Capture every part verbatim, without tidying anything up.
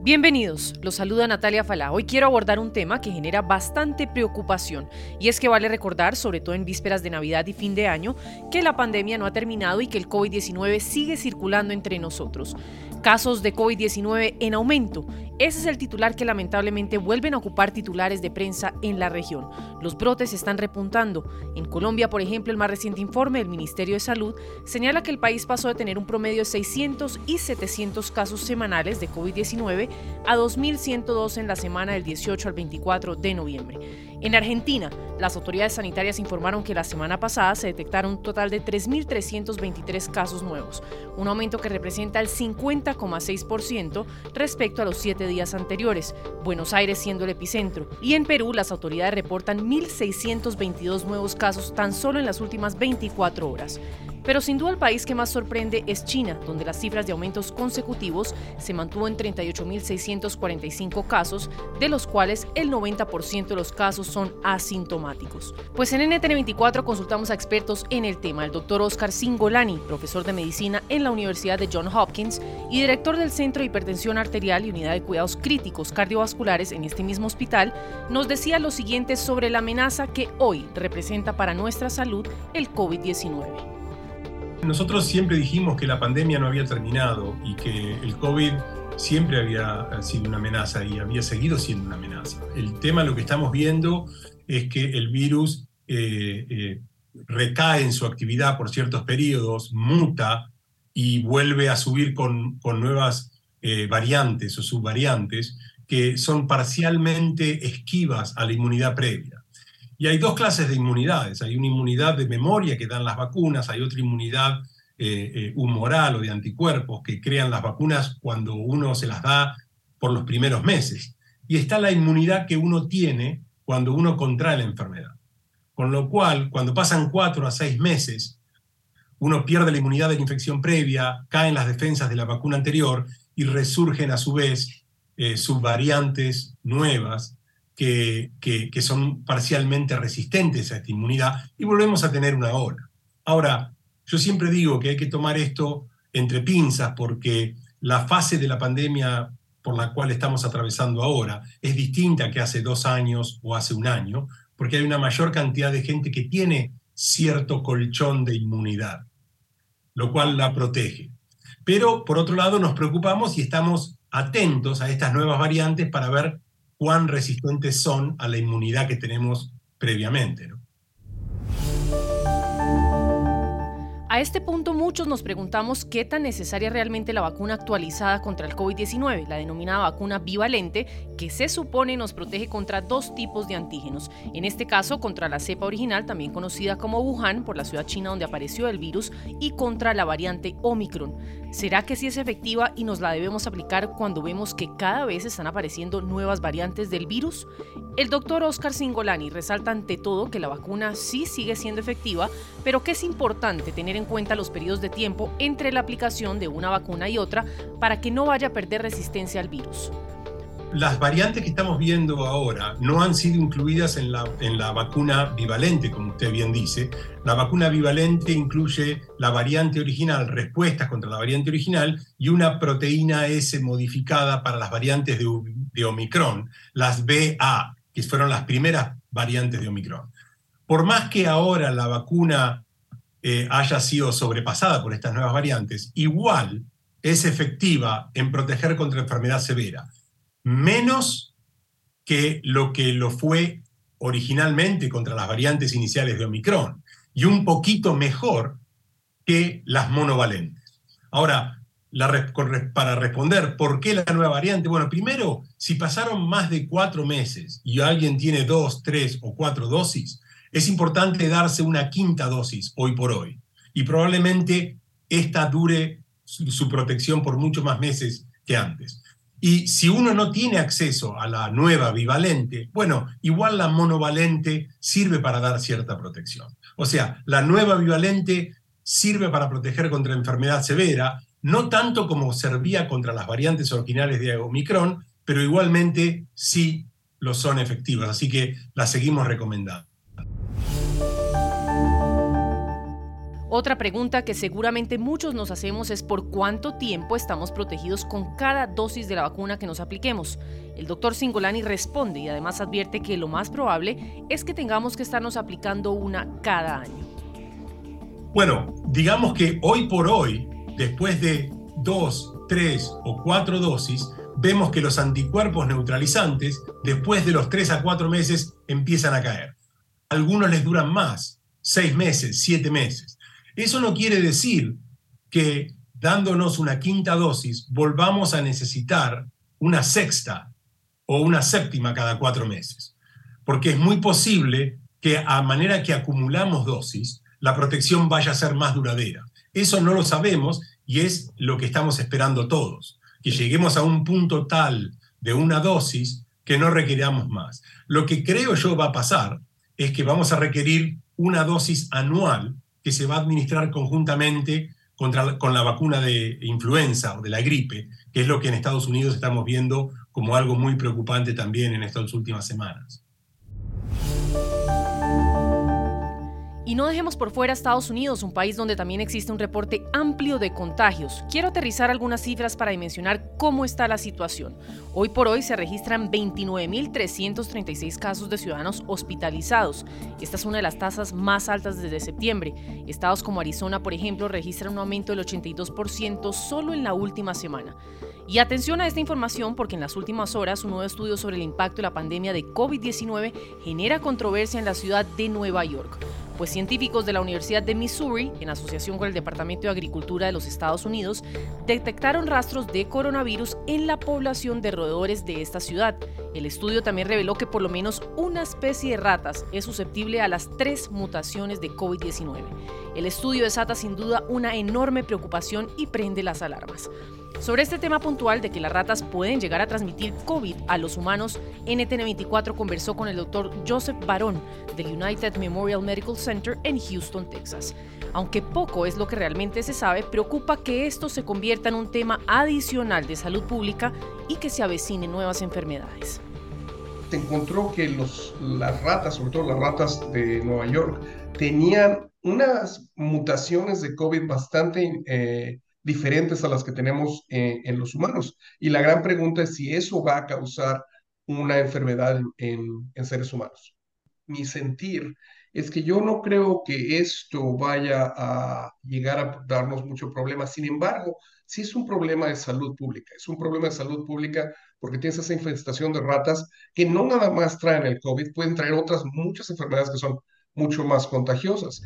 Bienvenidos, los saluda Natalia Falá. Hoy quiero abordar un tema que genera bastante preocupación y es que vale recordar, sobre todo en vísperas de Navidad y fin de año, que la pandemia no ha terminado y que el COVID diecinueve sigue circulando entre nosotros. Casos de COVID diecinueve en aumento. Ese es el titular que lamentablemente vuelven a ocupar titulares de prensa en la región. Los brotes están repuntando. En Colombia, por ejemplo, el más reciente informe del Ministerio de Salud señala que el país pasó de tener un promedio de seiscientos y setecientos casos semanales de COVID diecinueve a dos mil ciento dos en la semana del dieciocho al veinticuatro de noviembre. En Argentina, las autoridades sanitarias informaron que la semana pasada se detectaron un total de tres mil trescientos veintitrés casos nuevos, un aumento que representa el cincuenta coma seis por ciento respecto a los siete días anteriores, Buenos Aires siendo el epicentro. Y en Perú, las autoridades reportan mil seiscientos veintidós nuevos casos tan solo en las últimas veinticuatro horas. Pero sin duda el país que más sorprende es China, donde las cifras de aumentos consecutivos se mantuvo en treinta y ocho mil seiscientos cuarenta y cinco casos, de los cuales el noventa por ciento de los casos son asintomáticos. Pues en N T N veinticuatro consultamos a expertos en el tema, el doctor Oscar Cingolani, profesor de medicina en la Universidad de Johns Hopkins y director del Centro de Hipertensión Arterial y Unidad de Cuidados Críticos Cardiovasculares en este mismo hospital, nos decía lo siguiente sobre la amenaza que hoy representa para nuestra salud el COVID diecinueve. Nosotros siempre dijimos que la pandemia no había terminado y que el COVID siempre había sido una amenaza y había seguido siendo una amenaza. El tema, lo que estamos viendo, es que el virus eh, eh, recae en su actividad por ciertos periodos, muta y vuelve a subir con, con nuevas eh, variantes o subvariantes que son parcialmente esquivas a la inmunidad previa. Y hay dos clases de inmunidades. Hay una inmunidad de memoria que dan las vacunas, hay otra inmunidad eh, eh, humoral o de anticuerpos que crean las vacunas cuando uno se las da por los primeros meses. Y está la inmunidad que uno tiene cuando uno contrae la enfermedad. Con lo cual, cuando pasan cuatro a seis meses, uno pierde la inmunidad de la infección previa, caen las defensas de la vacuna anterior y resurgen a su vez eh, subvariantes nuevas, Que, que, que son parcialmente resistentes a esta inmunidad y volvemos a tener una ola. Ahora, yo siempre digo que hay que tomar esto entre pinzas porque la fase de la pandemia por la cual estamos atravesando ahora es distinta a que hace dos años o hace un año, porque hay una mayor cantidad de gente que tiene cierto colchón de inmunidad, lo cual la protege. Pero, por otro lado, nos preocupamos y estamos atentos a estas nuevas variantes para ver cuán resistentes son a la inmunidad que tenemos previamente, ¿no? A este punto muchos nos preguntamos qué tan necesaria es realmente la vacuna actualizada contra el COVID diecinueve, la denominada vacuna bivalente, que se supone nos protege contra dos tipos de antígenos, en este caso contra la cepa original, también conocida como Wuhan, por la ciudad china donde apareció el virus, y contra la variante Omicron. ¿Será que sí es efectiva y nos la debemos aplicar cuando vemos que cada vez están apareciendo nuevas variantes del virus? El doctor Oscar Cingolani resalta ante todo que la vacuna sí sigue siendo efectiva, pero que es importante tener en cuenta los periodos de tiempo entre la aplicación de una vacuna y otra para que no vaya a perder resistencia al virus. Las variantes que estamos viendo ahora no han sido incluidas en la, en la vacuna bivalente, como usted bien dice. La vacuna bivalente incluye la variante original, respuestas contra la variante original, y una proteína S modificada para las variantes de, de Omicron, las B A, que fueron las primeras variantes de Omicron. Por más que ahora la vacuna eh, haya sido sobrepasada por estas nuevas variantes, igual es efectiva en proteger contra enfermedad severa. Menos que lo que lo fue originalmente contra las variantes iniciales de Omicron y un poquito mejor que las monovalentes. Ahora, la, para responder por qué la nueva variante, bueno, primero, si pasaron más de cuatro meses y alguien tiene dos, tres o cuatro dosis, es importante darse una quinta dosis hoy por hoy y probablemente esta dure su, su protección por muchos más meses que antes. Y si uno no tiene acceso a la nueva bivalente, bueno, igual la monovalente sirve para dar cierta protección. O sea, la nueva bivalente sirve para proteger contra enfermedad severa, no tanto como servía contra las variantes originales de Omicron, pero igualmente sí lo son efectivas, así que la seguimos recomendando. Otra pregunta que seguramente muchos nos hacemos es por cuánto tiempo estamos protegidos con cada dosis de la vacuna que nos apliquemos. El doctor Cingolani responde y además advierte que lo más probable es que tengamos que estarnos aplicando una cada año. Bueno, digamos que hoy por hoy, después de dos, tres o cuatro dosis, vemos que los anticuerpos neutralizantes, después de los tres a cuatro meses, empiezan a caer. Algunos les duran más, seis meses, siete meses. Eso no quiere decir que dándonos una quinta dosis volvamos a necesitar una sexta o una séptima cada cuatro meses. Porque es muy posible que a manera que acumulamos dosis, la protección vaya a ser más duradera. Eso no lo sabemos y es lo que estamos esperando todos, que lleguemos a un punto tal de una dosis que no requiramos más. Lo que creo yo va a pasar es que vamos a requerir una dosis anual que se va a administrar conjuntamente contra, con la vacuna de influenza o de la gripe, que es lo que en Estados Unidos estamos viendo como algo muy preocupante también en estas últimas semanas. Y no dejemos por fuera a Estados Unidos, un país donde también existe un reporte amplio de contagios. Quiero aterrizar algunas cifras para dimensionar cómo está la situación. Hoy por hoy se registran veintinueve mil trescientos treinta y seis casos de ciudadanos hospitalizados. Esta es una de las tasas más altas desde septiembre. Estados como Arizona, por ejemplo, registran un aumento del ochenta y dos por ciento solo en la última semana. Y atención a esta información porque en las últimas horas un nuevo estudio sobre el impacto de la pandemia de COVID diecinueve genera controversia en la ciudad de Nueva York. Pues científicos de la Universidad de Missouri, en asociación con el Departamento de Agricultura de los Estados Unidos, detectaron rastros de coronavirus en la población de roedores de esta ciudad. El estudio también reveló que por lo menos una especie de ratas es susceptible a las tres mutaciones de COVID diecinueve. El estudio desata sin duda una enorme preocupación y prende las alarmas. Sobre este tema puntual de que las ratas pueden llegar a transmitir COVID a los humanos, N T N veinticuatro conversó con el doctor Joseph Barón del United Memorial Medical Center en Houston, Texas. Aunque poco es lo que realmente se sabe, preocupa que esto se convierta en un tema adicional de salud pública y que se avecinen nuevas enfermedades. Se encontró que los, las ratas, sobre todo las ratas de Nueva York, tenían unas mutaciones de COVID bastante eh, diferentes a las que tenemos eh, en los humanos. Y la gran pregunta es si eso va a causar una enfermedad en, en seres humanos. Mi sentir es que yo no creo que esto vaya a llegar a darnos mucho problema. Sin embargo, sí es un problema de salud pública. Es un problema de salud pública porque tienes esa infestación de ratas que no nada más traen el COVID, pueden traer otras muchas enfermedades que son mucho más contagiosas.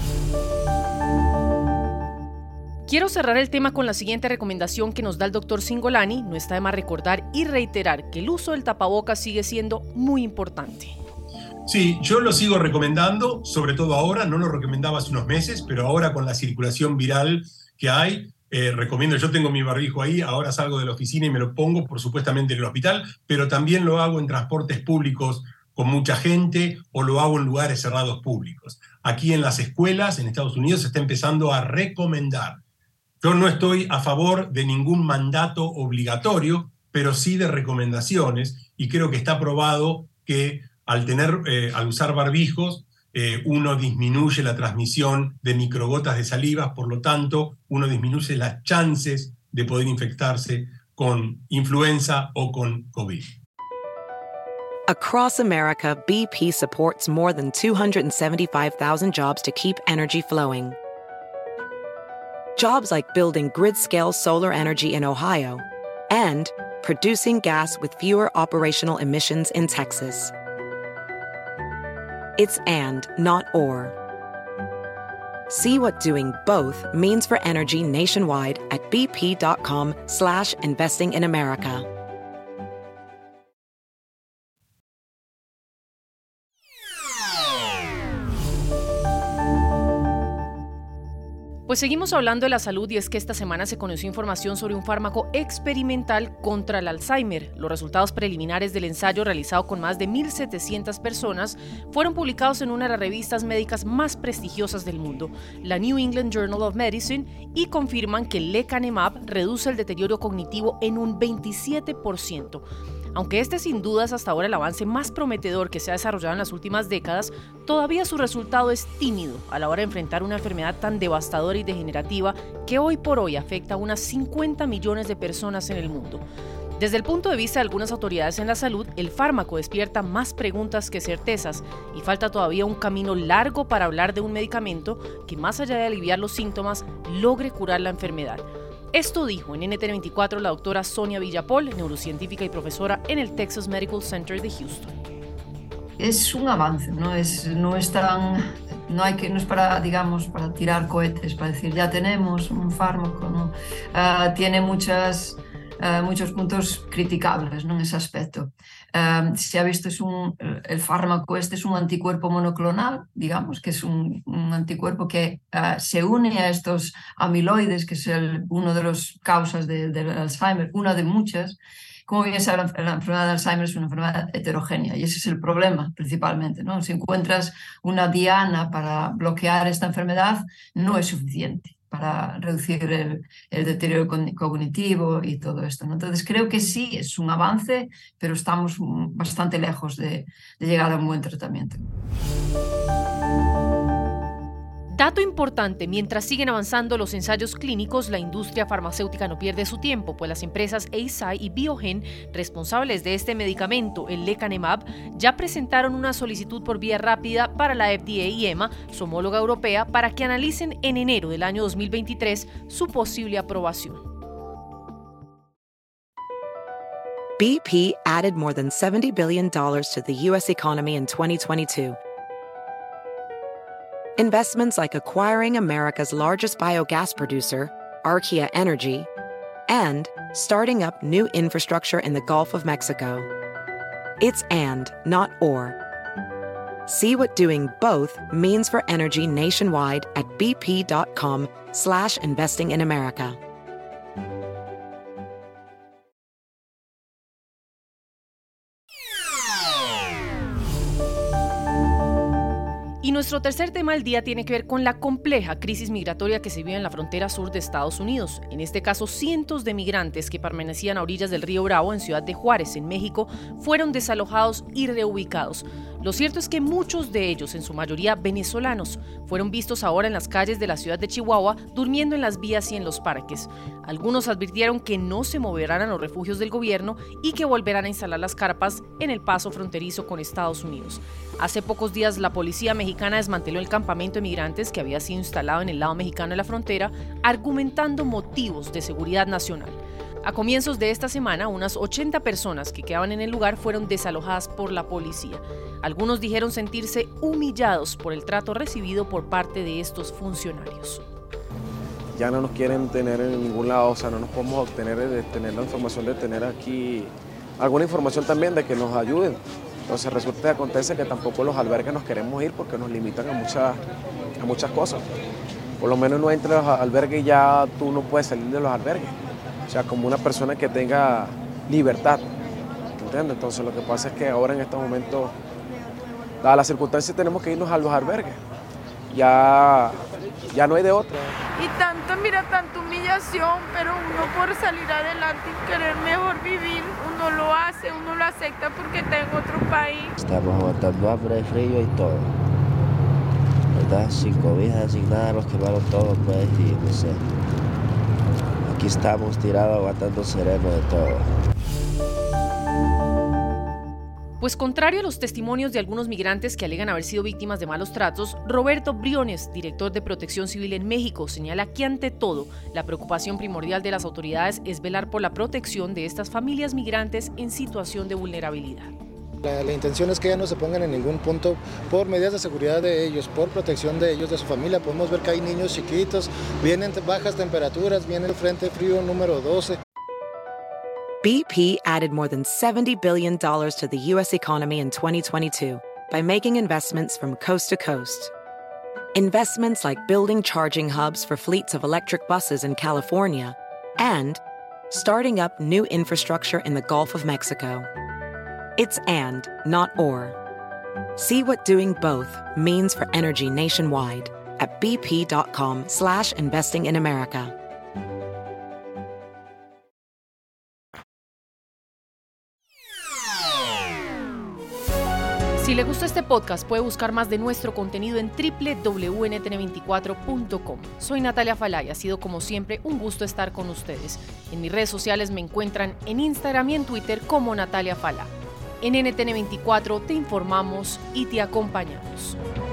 Quiero cerrar el tema con la siguiente recomendación que nos da el doctor Cingolani. No está de más recordar y reiterar que el uso del tapabocas sigue siendo muy importante. Sí, yo lo sigo recomendando, sobre todo ahora, no lo recomendaba hace unos meses, pero ahora con la circulación viral que hay, eh, recomiendo, yo tengo mi barbijo ahí, ahora salgo de la oficina y me lo pongo, por supuestamente en el hospital, pero también lo hago en transportes públicos con mucha gente o lo hago en lugares cerrados públicos. Aquí en las escuelas, en Estados Unidos, se está empezando a recomendar. Yo no estoy a favor de ningún mandato obligatorio, pero sí de recomendaciones, y creo que está probado que al, tener, eh, al usar barbijos, eh, uno disminuye la transmisión de microgotas de saliva, por lo tanto, uno disminuye las chances de poder infectarse con influenza o con COVID. Across America, B P supports more than two hundred seventy-five thousand jobs to keep energy flowing. Jobs like building grid-scale solar energy in Ohio and producing gas with fewer operational emissions in Texas. It's and, not or. See what doing both means for energy nationwide at bp.com slash investing in America. Pues seguimos hablando de la salud y es que esta semana se conoció información sobre un fármaco experimental contra el Alzheimer. Los resultados preliminares del ensayo realizado con más de mil setecientas personas fueron publicados en una de las revistas médicas más prestigiosas del mundo, la New England Journal of Medicine, y confirman que el lecanemab reduce el deterioro cognitivo en un veintisiete por ciento. Aunque este sin duda es hasta ahora el avance más prometedor que se ha desarrollado en las últimas décadas, todavía su resultado es tímido a la hora de enfrentar una enfermedad tan devastadora y degenerativa que hoy por hoy afecta a unas cincuenta millones de personas en el mundo. Desde el punto de vista de algunas autoridades en la salud, el fármaco despierta más preguntas que certezas y falta todavía un camino largo para hablar de un medicamento que, más allá de aliviar los síntomas, logre curar la enfermedad. Esto dijo en N T N veinticuatro la doctora Sonia Villapol, neurocientífica y profesora en el Texas Medical Center de Houston. Es un avance, no es, no es tan, no hay que, no es para, digamos, para tirar cohetes, para decir ya tenemos un fármaco, ¿no? Uh, tiene muchas Uh, muchos puntos criticables, ¿no? En ese aspecto. Uh, se ha visto es un, el fármaco este es un anticuerpo monoclonal, digamos, que es un, un anticuerpo que uh, se une a estos amiloides, que es el, uno de las causas del de Alzheimer, una de muchas. Como bien saben, la, la enfermedad de Alzheimer es una enfermedad heterogénea y ese es el problema principalmente, ¿no? Si encuentras una diana para bloquear esta enfermedad, no es suficiente para reducir el, el deterioro cognitivo y todo esto, ¿no? Entonces creo que sí, es un avance, pero estamos bastante lejos de, de llegar a un buen tratamiento. Dato importante, mientras siguen avanzando los ensayos clínicos, la industria farmacéutica no pierde su tiempo, pues las empresas Eisai y Biogen, responsables de este medicamento, el lecanemab, ya presentaron una solicitud por vía rápida para la F D A y EMA, su homóloga europea, para que analicen en enero del año dos mil veintitrés su posible aprobación. B P added more than seventy billion dollars to the U S economy in twenty twenty-two. Investments like acquiring America's largest biogas producer, Archaea Energy, and starting up new infrastructure in the Gulf of Mexico. It's and, not or. See what doing both means for energy nationwide at bp.com slash investing in America. Y nuestro tercer tema del día tiene que ver con la compleja crisis migratoria que se vive en la frontera sur de Estados Unidos. En este caso, cientos de migrantes que permanecían a orillas del río Bravo en Ciudad de Juárez, en México, fueron desalojados y reubicados. Lo cierto es que muchos de ellos, en su mayoría venezolanos, fueron vistos ahora en las calles de la ciudad de Chihuahua, durmiendo en las vías y en los parques. Algunos advirtieron que no se moverán a los refugios del gobierno y que volverán a instalar las carpas en el paso fronterizo con Estados Unidos. Hace pocos días, la policía mexicana desmanteló el campamento de migrantes que había sido instalado en el lado mexicano de la frontera, argumentando motivos de seguridad nacional. A comienzos de esta semana, unas ochenta personas que quedaban en el lugar fueron desalojadas por la policía. Algunos dijeron sentirse humillados por el trato recibido por parte de estos funcionarios. Ya no nos quieren tener en ningún lado, o sea, no nos podemos obtener de tener la información de tener aquí alguna información también de que nos ayuden. Entonces resulta y acontece que tampoco los albergues nos queremos ir porque nos limitan a muchas, a muchas cosas. Por lo menos no entre los albergues y ya tú no puedes salir de los albergues. O sea, como una persona que tenga libertad, ¿entiendes? Entonces lo que pasa es que ahora en estos momentos, dadas las circunstancias, tenemos que irnos a los albergues. Ya, ya no hay de otra. Y tanto, mira, tanta humillación, pero uno por salir adelante y querer mejor vivir, uno lo hace, uno lo acepta porque está en otro país. Estamos aguantando hambre, frío y todo. ¿Verdad? Sin cobijas, sin nada, nos quemaron todo, pues, y no sé. Aquí estamos tirados aguantando sereno de todo. Pues contrario a los testimonios de algunos migrantes que alegan haber sido víctimas de malos tratos, Roberto Briones, director de Protección Civil en México, señala que ante todo, la preocupación primordial de las autoridades es velar por la protección de estas familias migrantes en situación de vulnerabilidad. La, la intención es que ya no se pongan en ningún punto por medidas de seguridad de ellos, por protección de ellos, de su familia. Podemos ver que hay niños chiquitos, vienen bajas temperaturas, viene el frente frío número doce. B P added more than seventy billion dollars to the U S economy in twenty twenty-two by making investments from coast to coast. Investments like building charging hubs for fleets of electric buses in California and starting up new infrastructure in the Gulf of Mexico. It's and, not or. See what doing both means for energy nationwide at bp.com slash investing in America. Si le gustó este podcast, puede buscar más de nuestro contenido en doble u doble u doble u punto ene te ene veinticuatro punto com. Soy Natalia Falá y ha sido como siempre un gusto estar con ustedes. En mis redes sociales me encuentran en Instagram y en Twitter como Natalia Falá. En ene te ene veinticuatro te informamos y te acompañamos.